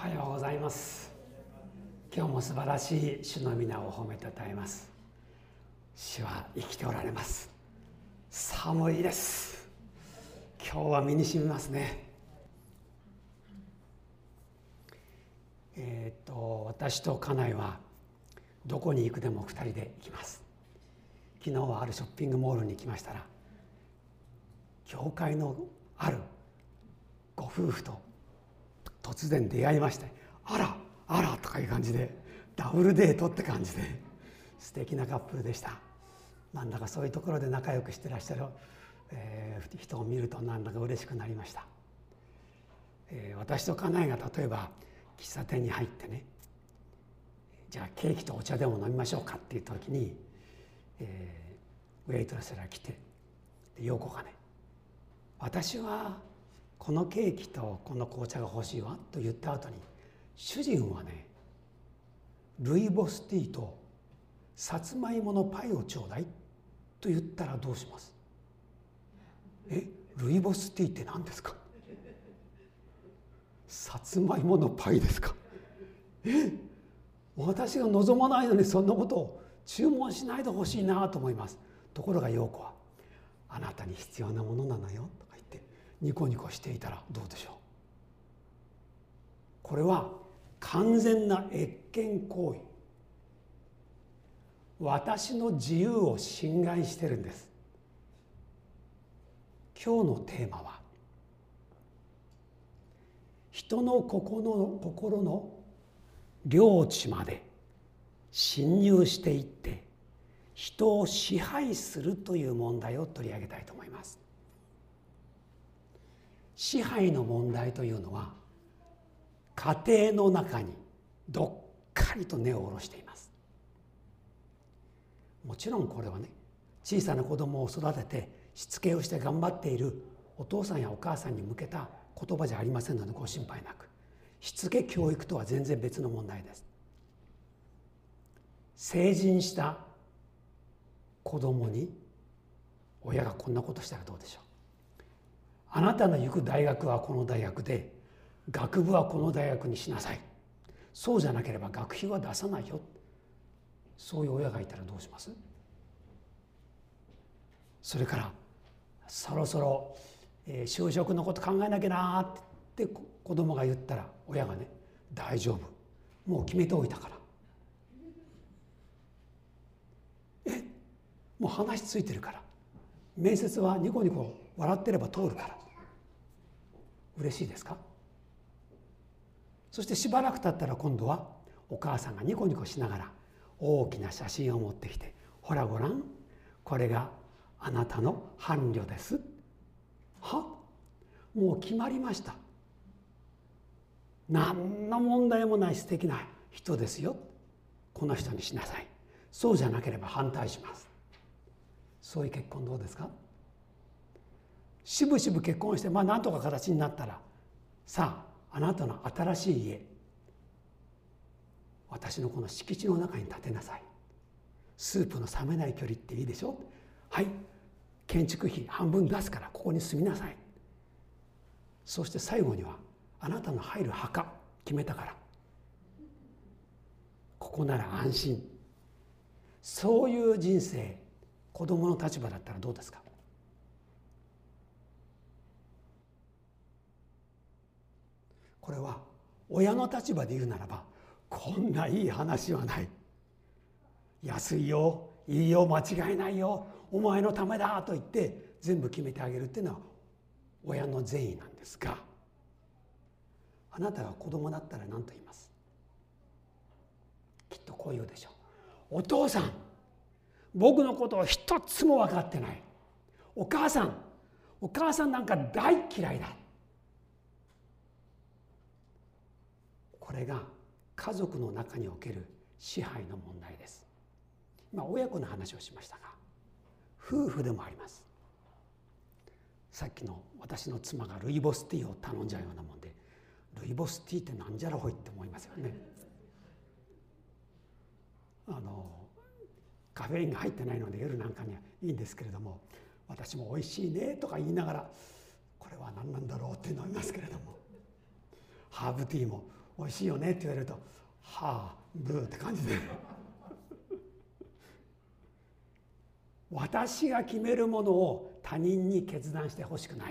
はようございます。今日も素晴らしい主の皆を褒めたたえます。主は生きておられます。寒いです。今日は身に染みますね。私と家内はどこに行くでも2人で行きます。昨日はあるショッピングモールに行きましたら、教会のあるご夫婦と突然出会いまして、あらあらとかいう感じで、ダブルデートって感じで素敵なカップルでした。なんだかそういうところで仲良くしてらっしゃる、人を見るとなんだか嬉しくなりました。私と家内が例えば喫茶店に入ってね、じゃあケーキとお茶でも飲みましょうかっていう時に、ウェイトレスが来て、陽子がね、私はこのケーキとこの紅茶が欲しいわと言った後に、主人はね、ルイボスティーとさつまいものパイをちょうだいと言ったらどうします？ルイボスティーって何ですか？さつまいものパイですか？私が望まないのにそんなことを注文しないでほしいなと思います。ところが陽子は、あなたに必要なものなのよとか言ってニコニコしていたらどうでしょう。これは完全な越権行為、私の自由を侵害してるんです。今日のテーマは、人の心の領地まで侵入していって人を支配するという問題を取り上げたいと思います。支配の問題というのは家庭の中にどっかりと根を下ろしています。もちろんこれはね、小さな子供を育ててしつけをして頑張っているお父さんやお母さんに向けた言葉じゃありませんのでご心配なく、しつけ教育とは全然別の問題です。成人した子供に親がこんなことしたらどうでしょう。あなたの行く大学はこの大学で、学部はこの大学にしなさい、そうじゃなければ学費は出さないよ、そういう親がいたらどうします？それからそろそろ就職のこと考えなきゃなって子供が言ったら、親がね、大丈夫、もう決めておいたから、もう話ついてるから、面接はニコニコ笑ってれば通るから、嬉しいですか？そしてしばらく経ったら今度はお母さんがニコニコしながら大きな写真を持ってきて、ほらごらん、これがあなたの伴侶です。は？もう決まりました。何の問題もない素敵な人ですよ。この人にしなさい。そうじゃなければ反対します。そういう結婚どうですか？しぶしぶ結婚して、なんとか形になったら、さあ、あなたの新しい家、私のこの敷地の中に建てなさい。スープの冷めない距離っていいでしょ。はい、建築費半分出すからここに住みなさい。そして最後には、あなたの入る墓決めたから、ここなら安心。そういう人生、子供の立場だったらどうですか？これは親の立場で言うならば、こんないい話はない、安いよ、いいよ、間違いないよ、お前のためだと言って全部決めてあげるっていうのは親の善意なんですが、あなたが子供だったら何と言います？きっとこう言うでしょう。お父さん、僕のことを一つも分かってない。お母さんなんか大嫌いだ。これが家族の中における支配の問題です。今親子の話をしましたが、夫婦でもあります。さっきの私の妻がルイボスティーを頼んじゃうようなもんで、ルイボスティーってなんじゃらほいって思いますよね。カフェインが入ってないので夜なんかにはいいんですけれども、私もおいしいねとか言いながら、これは何なんだろうって飲みますけれども、ハーブティーも美味しいよねって言われると、はあブーって感じで私が決めるものを他人に決断してほしくない。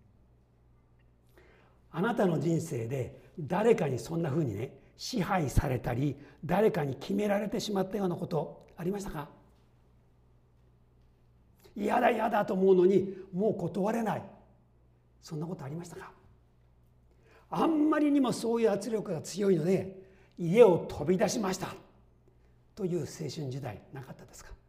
あなたの人生で誰かにそんなふうにね、支配されたり誰かに決められてしまったようなことありましたか？嫌だ嫌だと思うのにもう断れない、そんなことありましたか？あんまりにもそういう圧力が強いので家を飛び出しましたという青春時代なかったですか？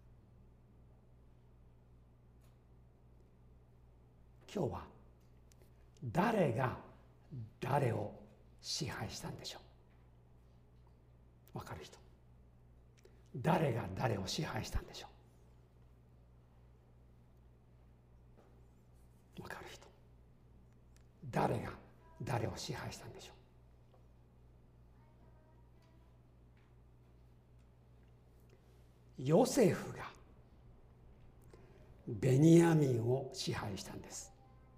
今日は誰が誰を支配したんでしょう？わかる人。誰が誰を支配したんでしょう？わかる人。誰が誰を支配したんでしょう？ヨセフがベニヤミンを支配したんです。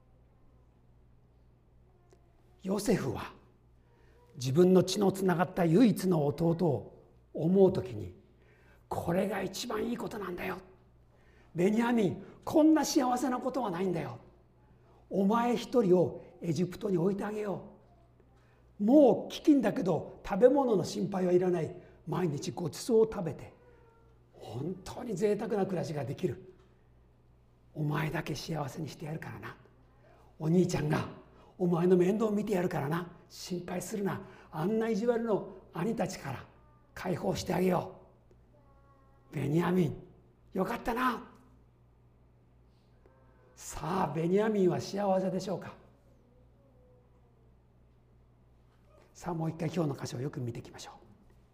ヨセフは自分の血のつながった唯一の弟を思うときに、これが一番いいことなんだよ、ベニヤミンこんな幸せなことはないんだよ、お前一人をエジプトに置いてあげよう、もう飢饉だけど食べ物の心配はいらない、毎日ごちそうを食べて本当に贅沢な暮らしができる、お前だけ幸せにしてやるからな、お兄ちゃんがお前の面倒を見てやるからな、心配するな、あんな意地悪の兄たちから解放してあげよう、ベニヤミンよかったな。さあベニヤミンは幸せでしょうか？さあもう一回今日の箇所をよく見ていきましょ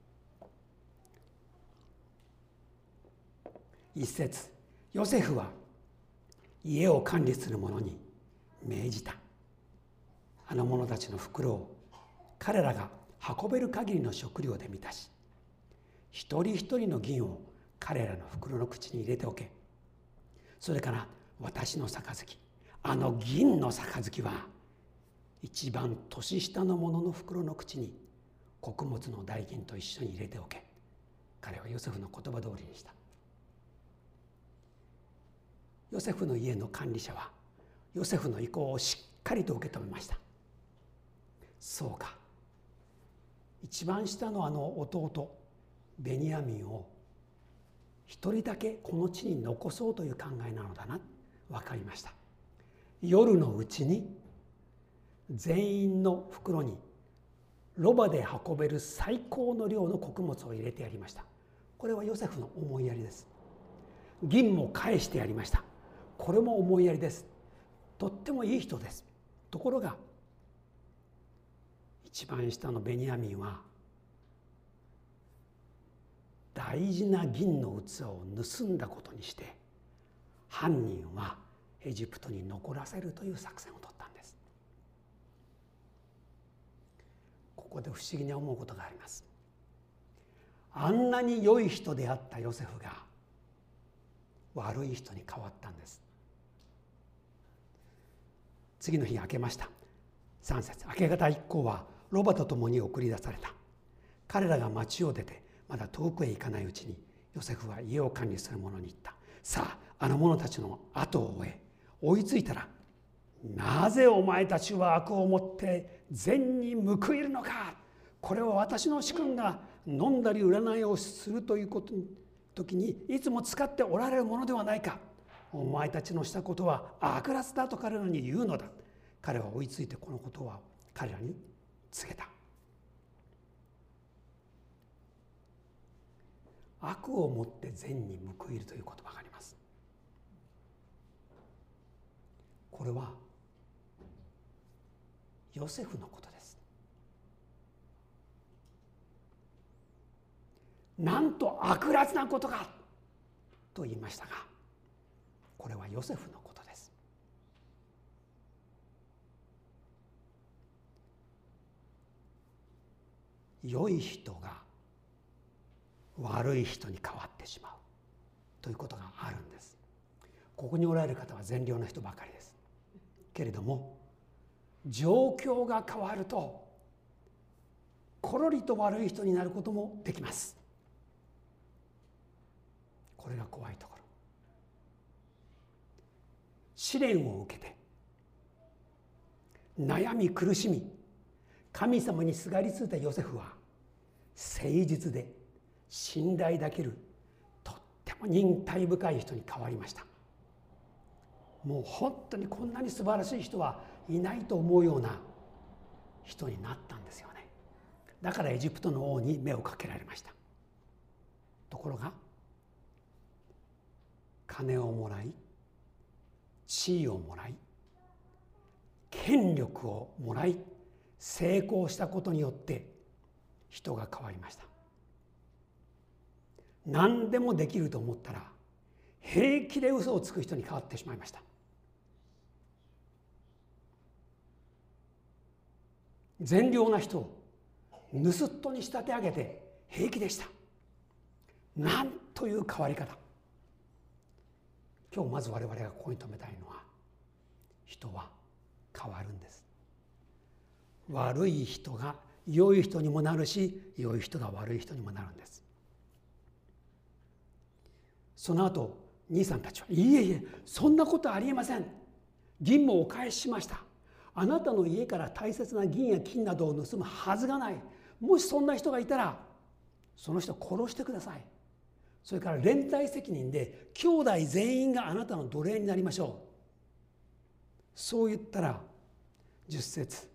う。一節、ヨセフは家を管理する者に命じた。あの者たちの袋を彼らが運べる限りの食料で満たし、一人一人の銀を彼らの袋の口に入れておけ。それから私の杯、あの銀の杯は一番年下の者の袋の口に穀物の代金と一緒に入れておけ。彼はヨセフの言葉通りにした。ヨセフの家の管理者はヨセフの意向をしっかりと受け止めました。そうか、一番下のあの弟ベニヤミンを一人だけこの地に残そうという考えなのだな、分かりました。夜のうちに全員の袋にロバで運べる最高の量の穀物を入れてやりました。これはヨセフの思いやりです。銀も返してやりました。これも思いやりです。とってもいい人です。ところが一番下のベニヤミンは大事な銀の器を盗んだことにして、犯人はエジプトに残らせるという作戦を取ったんです。ここで不思議に思うことがあります。あんなに良い人であったヨセフが悪い人に変わったんです。次の日明けました。3節、明け方以降はロバと共に送り出された。彼らが町を出てまだ遠くへ行かないうちに、ヨセフは家を管理する者に言った。さあ、あの者たちの後を追え。追いついたら、なぜお前たちは悪をもって善に報いるのか。これは私の主君が飲んだり占いをするという時にいつも使っておられるものではないか。お前たちのしたことは悪辣だと彼らに言うのだ。彼は追いついてこのことは彼らに告げた。悪をもって善に報いるという言葉があります。これはヨセフのことです。なんと悪辣なことかと言いましたが、これはヨセフのことです。良い人が悪い人に変わってしまうということがあるんです。ここにおられる方は善良な人ばかりです。けれども状況が変わるところりと悪い人になることもできます。これが怖いところ。試練を受けて悩み苦しみ、神様にすがりついたヨセフは誠実で信頼できるとっても忍耐深い人に変わりました。もう本当にこんなに素晴らしい人はいないと思うような人になったんですよね。だからエジプトの王に目をかけられました。ところが金をもらい、地位をもらい、権力をもらい、成功したことによって人が変わりました。何でもできると思ったら平気で嘘をつく人に変わってしまいました。善良な人を盗っ人に仕立て上げて平気でした。なんという変わり方。今日まず我々がここに留めたいのは、人は変わるんです。悪い人が良い人にもなるし、良い人が悪い人にもなるんです。その後兄さんたちは、いえいえ、そんなことありえません。銀もお返ししました。あなたの家から大切な銀や金などを盗むはずがない。もしそんな人がいたらその人を殺してください。それから連帯責任で兄弟全員があなたの奴隷になりましょう。そう言ったら10節、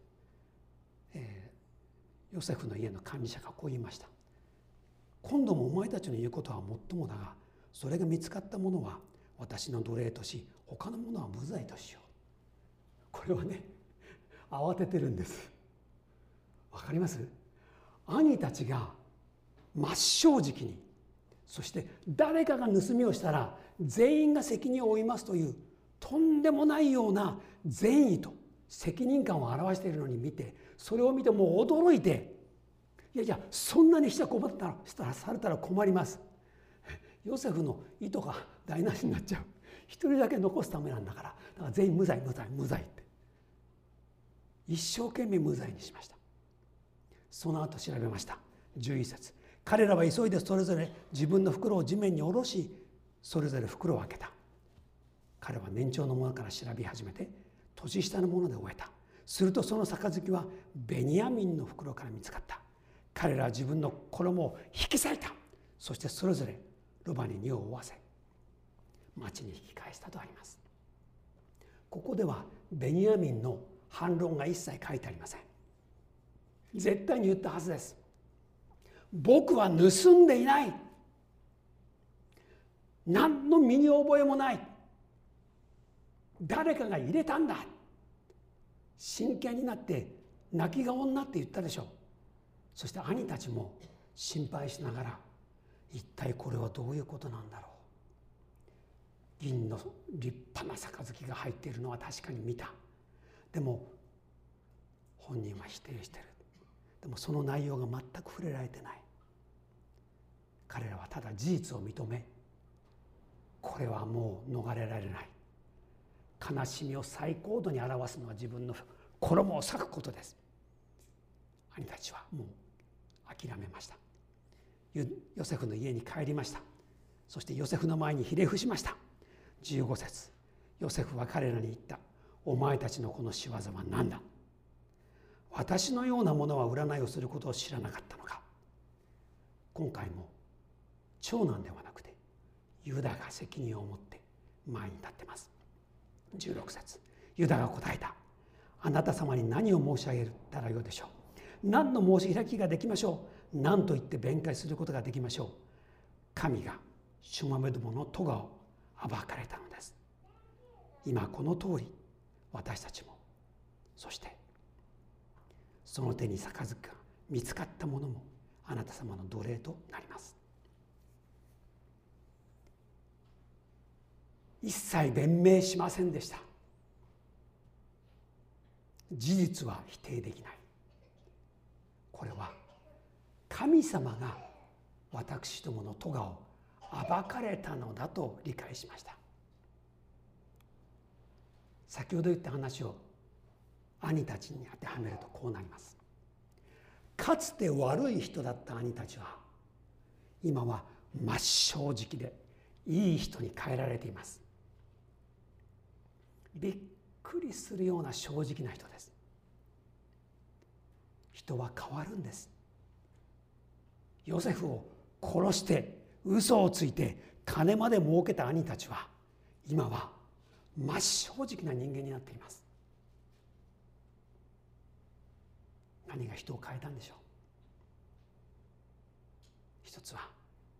ヨセフの家の管理者がこう言いました。今度もお前たちの言うことはもっともだが、それが見つかったものは私の奴隷とし、他のものは無罪としよう。これはね、慌ててるんです。わかります？兄たちが真っ正直に、そして誰かが盗みをしたら全員が責任を負いますというとんでもないような善意と責任感を表しているのに見て、それを見てもう驚いて、いやいや、そんなにしちゃ困ったら、されたら困ります。ヨセフの意図が台無しになっちゃう。一人だけ残すためなんだから、だから全員無罪無罪無罪って一生懸命無罪にしました。その後調べました。11節、彼らは急いでそれぞれ自分の袋を地面に下ろし、それぞれ袋を開けた。彼は年長の者から調べ始めて年下の者で終えた。するとその杯はベニヤミンの袋から見つかった。彼らは自分の衣を引き裂いた。そしてそれぞれロバに荷を負わせ町に引き返したとあります。ここではベニヤミンの反論が一切書いてありません。絶対に言ったはずです。僕は盗んでいない。何の身に覚えもない。誰かが入れたんだ。真剣になって泣き顔になって言ったでしょう。そして兄たちも心配しながら、一体これはどういうことなんだろう。銀の立派な杯が入っているのは確かに見た。でも本人は否定してる。でもその内容が全く触れられてない。彼らはただ事実を認め、これはもう逃れられない。悲しみを最高度に表すのは自分の衣を裂くことです。兄たちはもう諦めました。ヨセフの家に帰りました。そしてヨセフの前にひれ伏しました。15節、ヨセフは彼らに言った。お前たちのこの仕業は何だ。私のようなものは占いをすることを知らなかったのか。今回も長男ではなくてユダが責任を持って前に立ってます。16節、ユダが答えた。あなた様に何を申し上げたらよいでしょう。何の申し開きができましょう。何と言って弁解することができましょう。神がシュマメどもの咎を暴かれたのです。今この通り私たちも、そしてその手に杯が見つかったものもあなた様の奴隷となります。一切弁明しませんでした。事実は否定できない。これは神様が私どもの咎を暴かれたのだと理解しました。先ほど言った話を兄たちに当てはめるとこうなります。 かつて悪い人だった兄たちは今は真っ正直でいい人に変えられています。びっくりするような正直な人です。人は変わるんです。ヨセフを殺して嘘をついて金まで儲けた兄たちは今は真っ正直な人間になっています。何が人を変えたんでしょう。一つは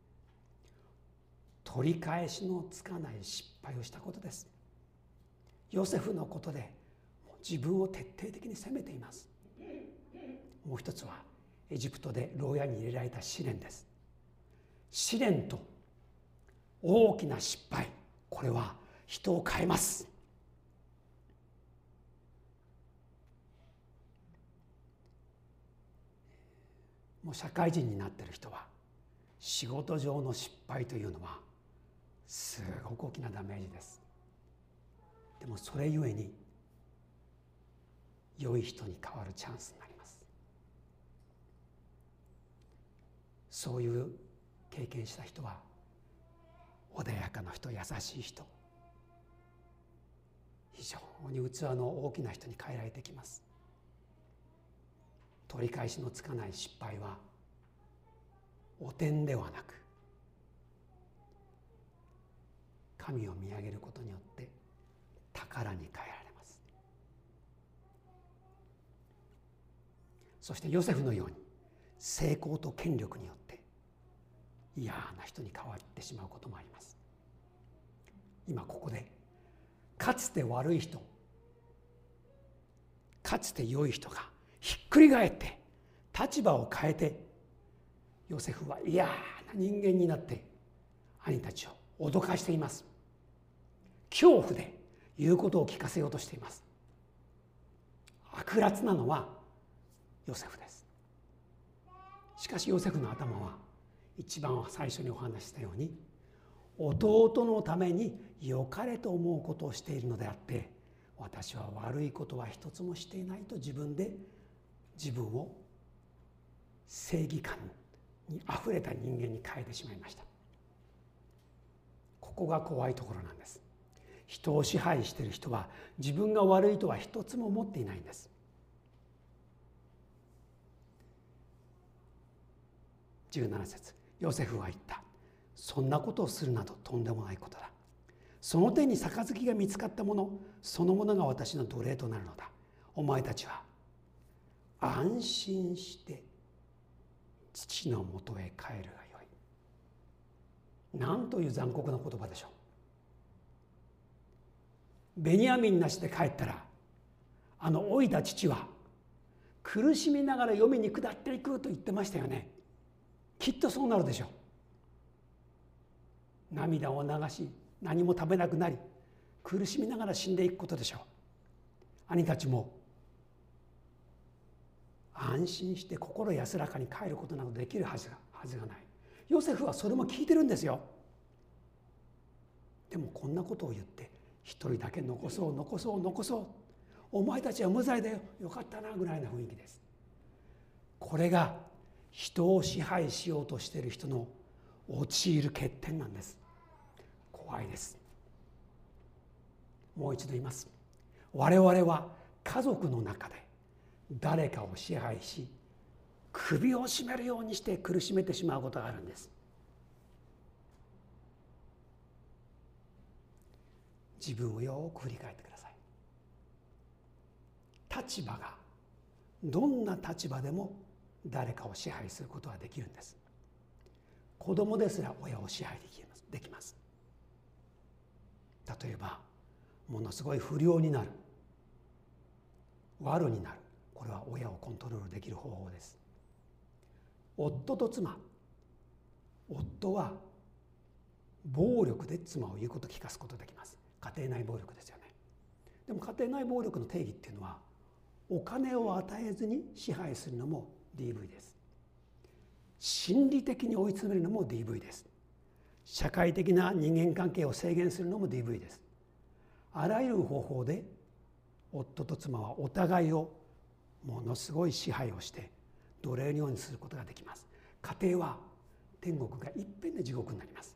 取り返しのつかない失敗をしたことです。ヨセフのことで自分を徹底的に責めています。もう一つはエジプトで牢屋に入れられた試練です。試練と大きな失敗、これは人を変えます。もう社会人になっている人は仕事上の失敗というのはすごく大きなダメージです。でもそれゆえに良い人に変わるチャンスになります。そういう経験した人は穏やかな人、優しい人、非常に器の大きな人に変えられてきます。取り返しのつかない失敗は汚点ではなく神を見上げることによって宝に変えられます。そしてヨセフのように成功と権力によって嫌な人に変わってしまうこともあります。今ここでかつて悪い人、かつて良い人がひっくり返って立場を変えてヨセフは嫌な人間になって兄たちを脅かしています。恐怖で言うことを聞かせようとしています。悪辣なのはヨセフです。しかしヨセフの頭は一番最初にお話ししたように弟のために良かれと思うことをしているのであって私は悪いことは一つもしていないと自分で自分を正義感にあふれた人間に変えてしまいました。ここが怖いところなんです。人を支配している人は自分が悪いとは一つも思っていないんです。17節、ヨセフは言った。そんなことをするなどとんでもないことだ。その手に杯が見つかったものそのものが私の奴隷となるのだ。お前たちは安心して父のもとへ帰るがよい。なんという残酷な言葉でしょう。ベニヤミンなしで帰ったら老いた父は苦しみながら読みに下っていくと言ってましたよね。きっとそうなるでしょう。涙を流し何も食べなくなり苦しみながら死んでいくことでしょう。兄たちも安心して心安らかに帰ることなどできるはずがない。ヨセフはそれも聞いてるんですよ。でもこんなことを言って一人だけ残そうお前たちは無罪だよよかったなぐらいな雰囲気です。これが人を支配しようとしている人の陥る欠点なんです。怖いです。もう一度言います。我々は家族の中で誰かを支配し首を絞めるようにして苦しめてしまうことがあるんです。自分をよく振り返ってください。立場がどんな立場でも誰かを支配することはできるんです。子供ですら親を支配できます。例えばものすごい不良になる、悪になる、これは親をコントロールできる方法です。夫と妻、夫は暴力で妻を言うこと聞かすことできます。家庭内暴力ですよね。でも家庭内暴力の定義っていうのはお金を与えずに支配するのも DV です。心理的に追い詰めるのも DV です。社会的な人間関係を制限するのも DV です。あらゆる方法で夫と妻はお互いをものすごい支配をして奴隷のようにすることができます。家庭は天国がいっぺんで地獄になります。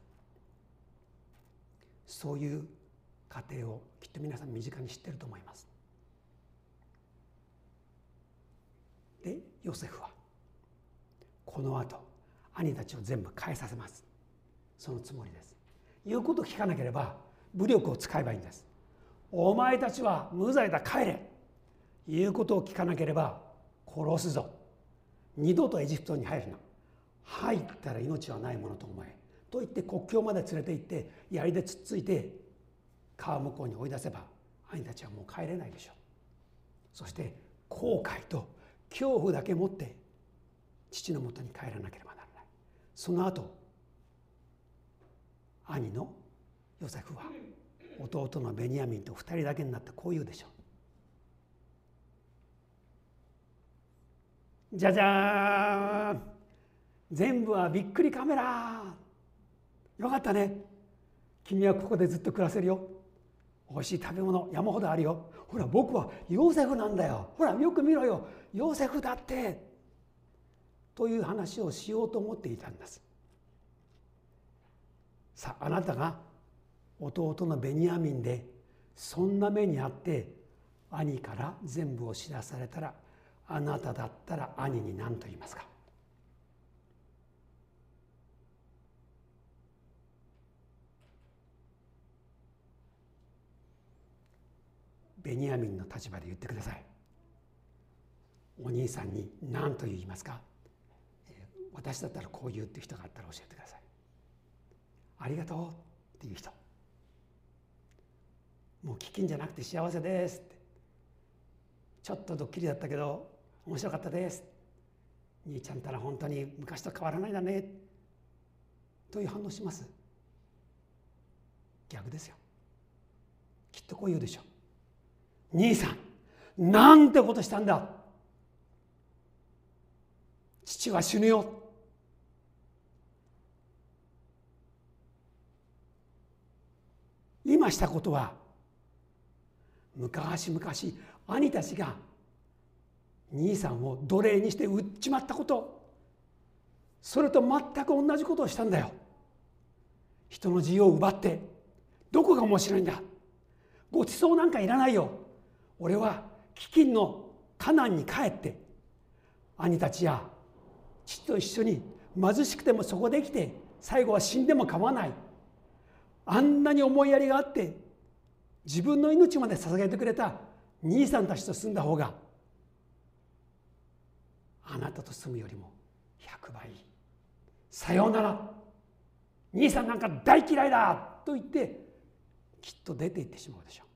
そういう家庭をきっと皆さん身近に知っていると思います。でヨセフはこの後兄たちを全部返させます。そのつもりです。言うことを聞かなければ武力を使えばいいんです。お前たちは無罪だ、帰れ。言うことを聞かなければ殺すぞ。二度とエジプトに入るな。入ったら命はないものと思え。と言って国境まで連れて行って槍でつっついて川向こうに追い出せば兄たちはもう帰れないでしょう。そして後悔と恐怖だけ持って父のもとに帰らなければならない。その後兄のヨセフは弟のベニヤミンと2人だけになってこう言うでしょう。じゃじゃーん、全部はびっくりカメラ。よかったね、君はここでずっと暮らせるよ。おいしい食べ物山ほどあるよ。ほら僕はヨセフなんだよ。ほらよく見ろよ、ヨセフだって。という話をしようと思っていたんです。さあ、あなたが弟のベニヤミンでそんな目にあって兄から全部を知らされたら、あなただったら兄に何と言いますか。ベニヤミンの立場で言ってください。お兄さんに何と言いますか。私だったらこう言うっていう人があったら教えてください。ありがとうっていう人。もう飢饉じゃなくて幸せですって。ちょっとドッキリだったけど面白かったです。兄ちゃんたら本当に昔と変わらないだねという反応します。逆ですよ。きっとこう言うでしょう。兄さん、なんてことしたんだ。父は死ぬよ。今したことは昔々兄たちが兄さんを奴隷にして売っちまったこと、それと全く同じことをしたんだよ。人の自由を奪って。どこが面白いんだ。ごちそうなんかいらないよ。俺は飢饉のカナンに帰って兄たちや父と一緒に貧しくてもそこで生きて最後は死んでも構わない。あんなに思いやりがあって自分の命まで捧げてくれた兄さんたちと住んだ方があなたと住むよりも100倍いい。さようなら、兄さんなんか大嫌いだと言ってきっと出て行ってしまうでしょ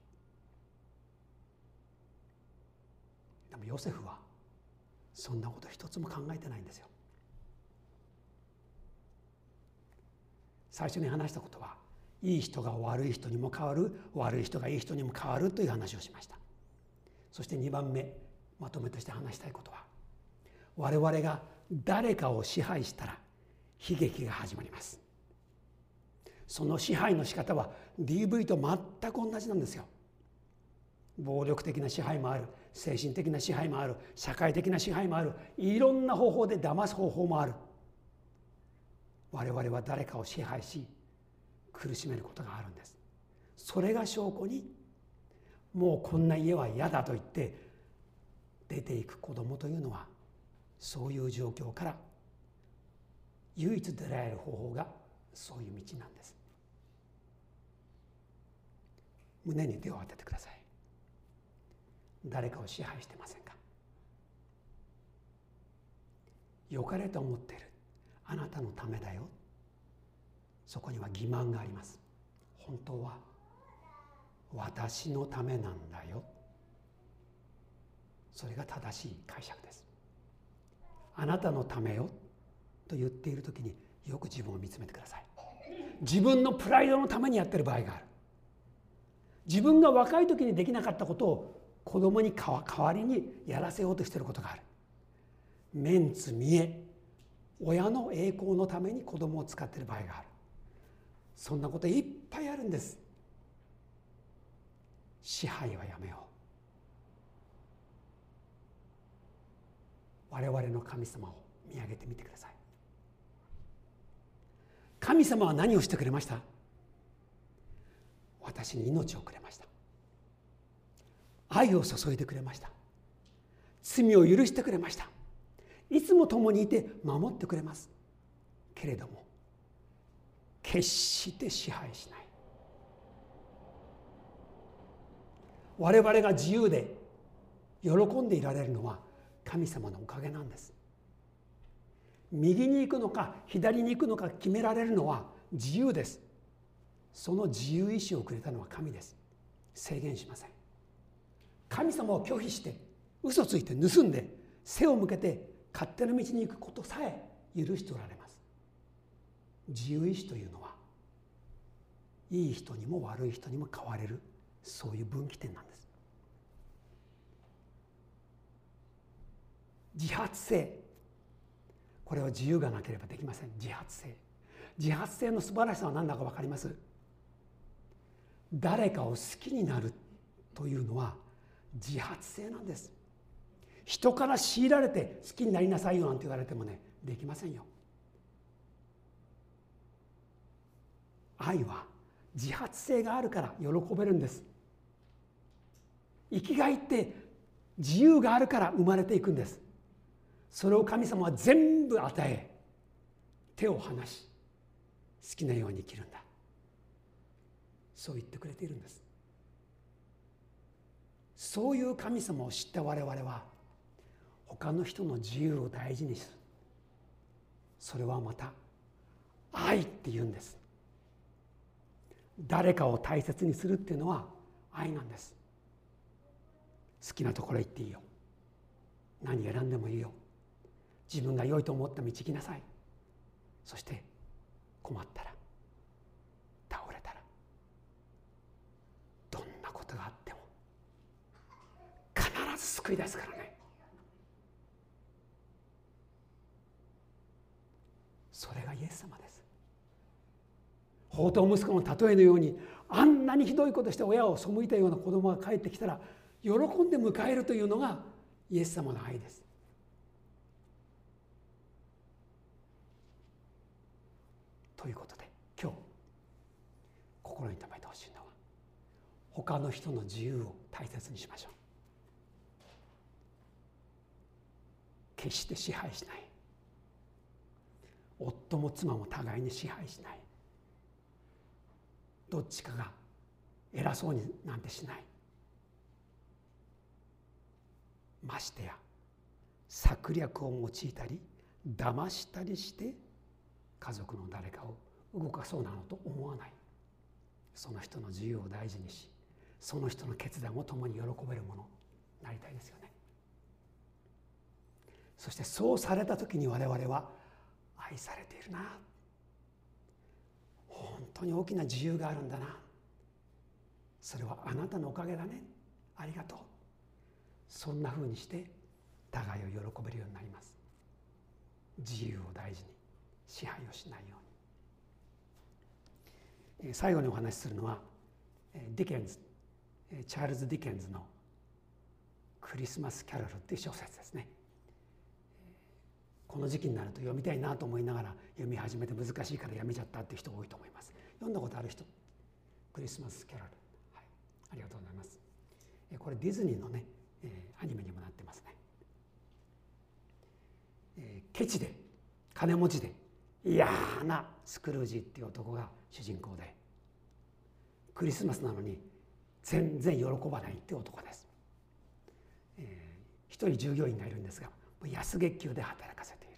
う。でもヨセフはそんなこと一つも考えてないんですよ。最初に話したことは、いい人が悪い人にも変わる、悪い人がいい人にも変わるという話をしました。そして2番目、まとめとして話したいことは、我々が誰かを支配したら悲劇が始まります。その支配の仕方は DV と全く同じなんですよ。暴力的な支配もある、精神的な支配もある、社会的な支配もある、いろんな方法で騙す方法もある。我々は誰かを支配し苦しめることがあるんです。それが証拠に、もうこんな家は嫌だと言って出ていく子供というのは、そういう状況から唯一出られる方法がそういう道なんです。胸に手を当ててください。誰かを支配してませんか。良かれと思っているあなたのためだよ。そこには欺瞞があります。本当は私のためなんだよ。それが正しい解釈です。あなたのためよと言っているときによく自分を見つめてください。自分のプライドのためにやってる場合がある。自分が若い時にできなかったことを子供に代わりにやらせようとしていることがある。メンツ見栄、親の栄光のために子供を使っている場合がある。そんなこといっぱいあるんです。支配はやめよ我々の神様を見上げてみてください。神様は何をしてくれました？私に命をくれました。愛を注いでくれました。罪を許してくれました。いつも共にいて守ってくれます。けれども決して支配しない。我々が自由で喜んでいられるのは神様のおかげなんです。右に行くのか左に行くのか決められるのは自由です。その自由意志をくれたのは神です。制限しません。神様を拒否して嘘ついて盗んで背を向けて勝手な道に行くことさえ許しておられます。自由意志というのはいい人にも悪い人にも変われる、そういう分岐点なんです。自発性、これは自由がなければできません。自発性、自発性の素晴らしさは何だか分かります？誰かを好きになるというのは自発性なんです。人から強いられて好きになりなさいよなんて言われてもね、できませんよ。愛は自発性があるから喜べるんです。生きがいって自由があるから生まれていくんです。それを神様は全部与え、手を離し好きなように生きるんだ、そう言ってくれているんです。そういう神様を知った我々は他の人の自由を大事にする。それはまた愛って言うんです。誰かを大切にするっていうのは愛なんです。好きなところ行っていいよ、何選んでもいいよ、自分が良いと思った道行きなさい。そして困ったら、倒れたら、どんなことがあっても必ず救い出すからね。それがイエス様です。放蕩息子の例えのように、あんなにひどいことして親を背いたような子供が帰ってきたら喜んで迎えるというのがイエス様の愛です。ということで今日心に留めてほしいのは、他の人の自由を大切にしましょう。決して支配しない。夫も妻も互いに支配しない。どっちかが偉そうになんてしない。ましてや策略を用いたり騙したりして家族の誰かを動かそうなのと思わない。その人の自由を大事にし、その人の決断を共に喜べるものになりたいですよね。そしてそうされた時に我々は愛されているな、本当に大きな自由があるんだな、それはあなたのおかげだね、ありがとう、そんなふうにして互いを喜べるようになります。自由を大事に、支配をしないように。最後にお話しするのはディケンズ、チャールズ・ディケンズのクリスマスキャロルっていう小説ですね。この時期になると読みたいなと思いながら読み始めて難しいからやめちゃったっていう人多いと思います。読んだことある人？クリスマスキャロル、はい、ありがとうございます。これディズニーのね、アニメにもなってますね。ケチで金持ちで嫌なスクルージっていう男が主人公で、クリスマスなのに全然喜ばないっていう男です。一人従業員がいるんですが安月給で働かせている。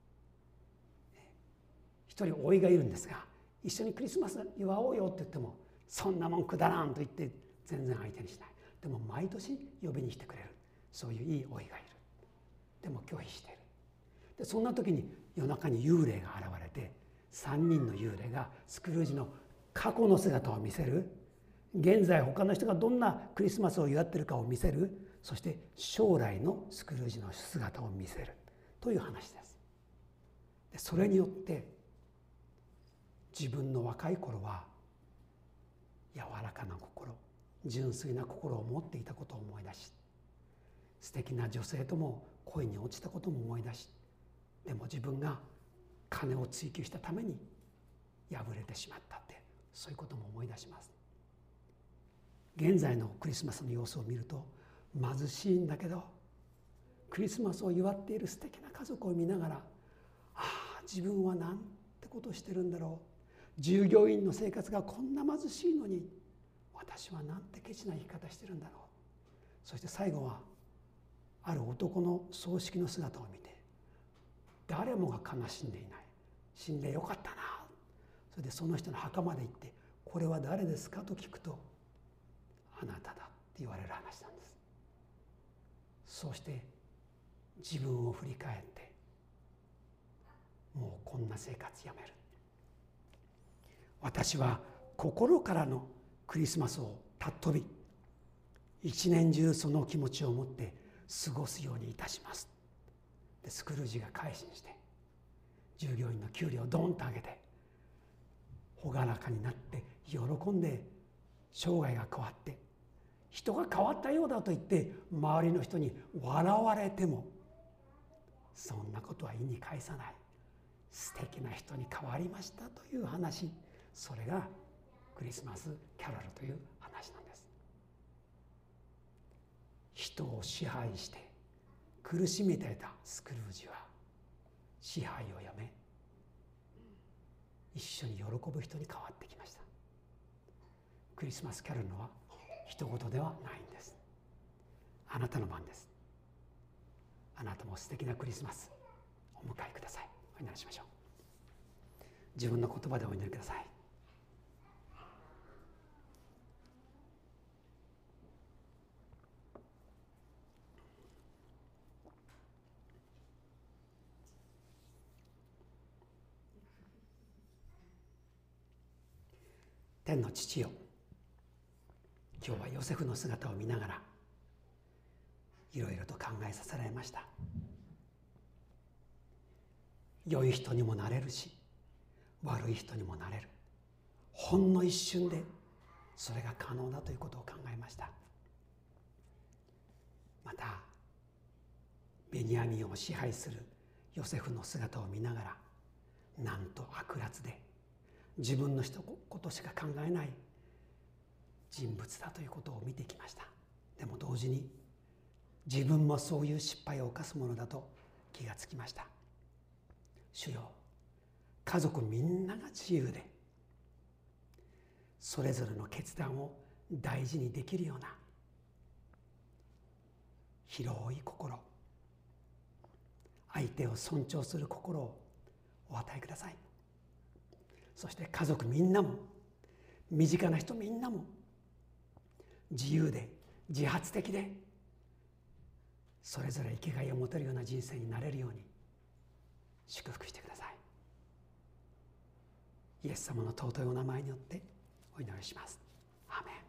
一人甥いがいるんですが、一緒にクリスマス祝おうよって言ってもそんなもんくだらんと言って全然相手にしない。でも毎年呼びに来てくれる、そういういい甥いがいる。でも拒否している。でそんな時に夜中に幽霊が現れて、3人の幽霊がスクルージの過去の姿を見せる、現在他の人がどんなクリスマスを祝っているかを見せる、そして将来のスクルージの姿を見せるという話です。でそれによって自分の若い頃は柔らかな心、純粋な心を持っていたことを思い出し、素敵な女性とも恋に落ちたことも思い出し、でも自分が金を追求したために破れてしまったって、そういうことも思い出します。現在のクリスマスの様子を見ると貧しいんだけど、クリスマスを祝っている素敵な家族を見ながら、自分はなんてことをしてるんだろう、従業員の生活がこんな貧しいのに私はなんてケチな生き方してるんだろう。そして最後はある男の葬式の姿を見て、誰もが悲しんでいない、死んでよかったな。それでその人の墓まで行って、これは誰ですかと聞くと、あなただって言われる話なんです。そうして自分を振り返って、もうこんな生活やめる、私は心からのクリスマスを尊び、一年中その気持ちを持って過ごすようにいたします。でスクルージが改心して、従業員の給料をドンと上げて、朗らかになって喜んで生涯が変わって、人が変わったようだと言って周りの人に笑われても、そんなことは意に介さない、素敵な人に変わりましたという話、それがクリスマスキャロルという話なんです。人を支配して苦しめていたスクルージは支配をやめ、一緒に喜ぶ人に変わってきました。クリスマスキャロルのは人事ではないんです。あなたの番です。あなたも素敵なクリスマスお迎えください。お祈りしましょう。自分の言葉でお祈りください。天の父よ、今日はヨセフの姿を見ながらいろいろと考えさせられました。良い人にもなれるし、悪い人にもなれる。ほんの一瞬でそれが可能だということを考えました。またベニヤミンを支配するヨセフの姿を見ながら、なんと悪辣で自分のことしか考えない人物だということを見てきました。でも同時に自分もそういう失敗を犯すものだと気がつきました。主よ、家族みんなが自由でそれぞれの決断を大事にできるような広い心、相手を尊重する心をお与えください。そして家族みんなも、身近な人みんなも自由で自発的でそれぞれ生きがいを持てるような人生になれるように祝福してください。イエス様の尊いお名前によってお祈りします。アーメン。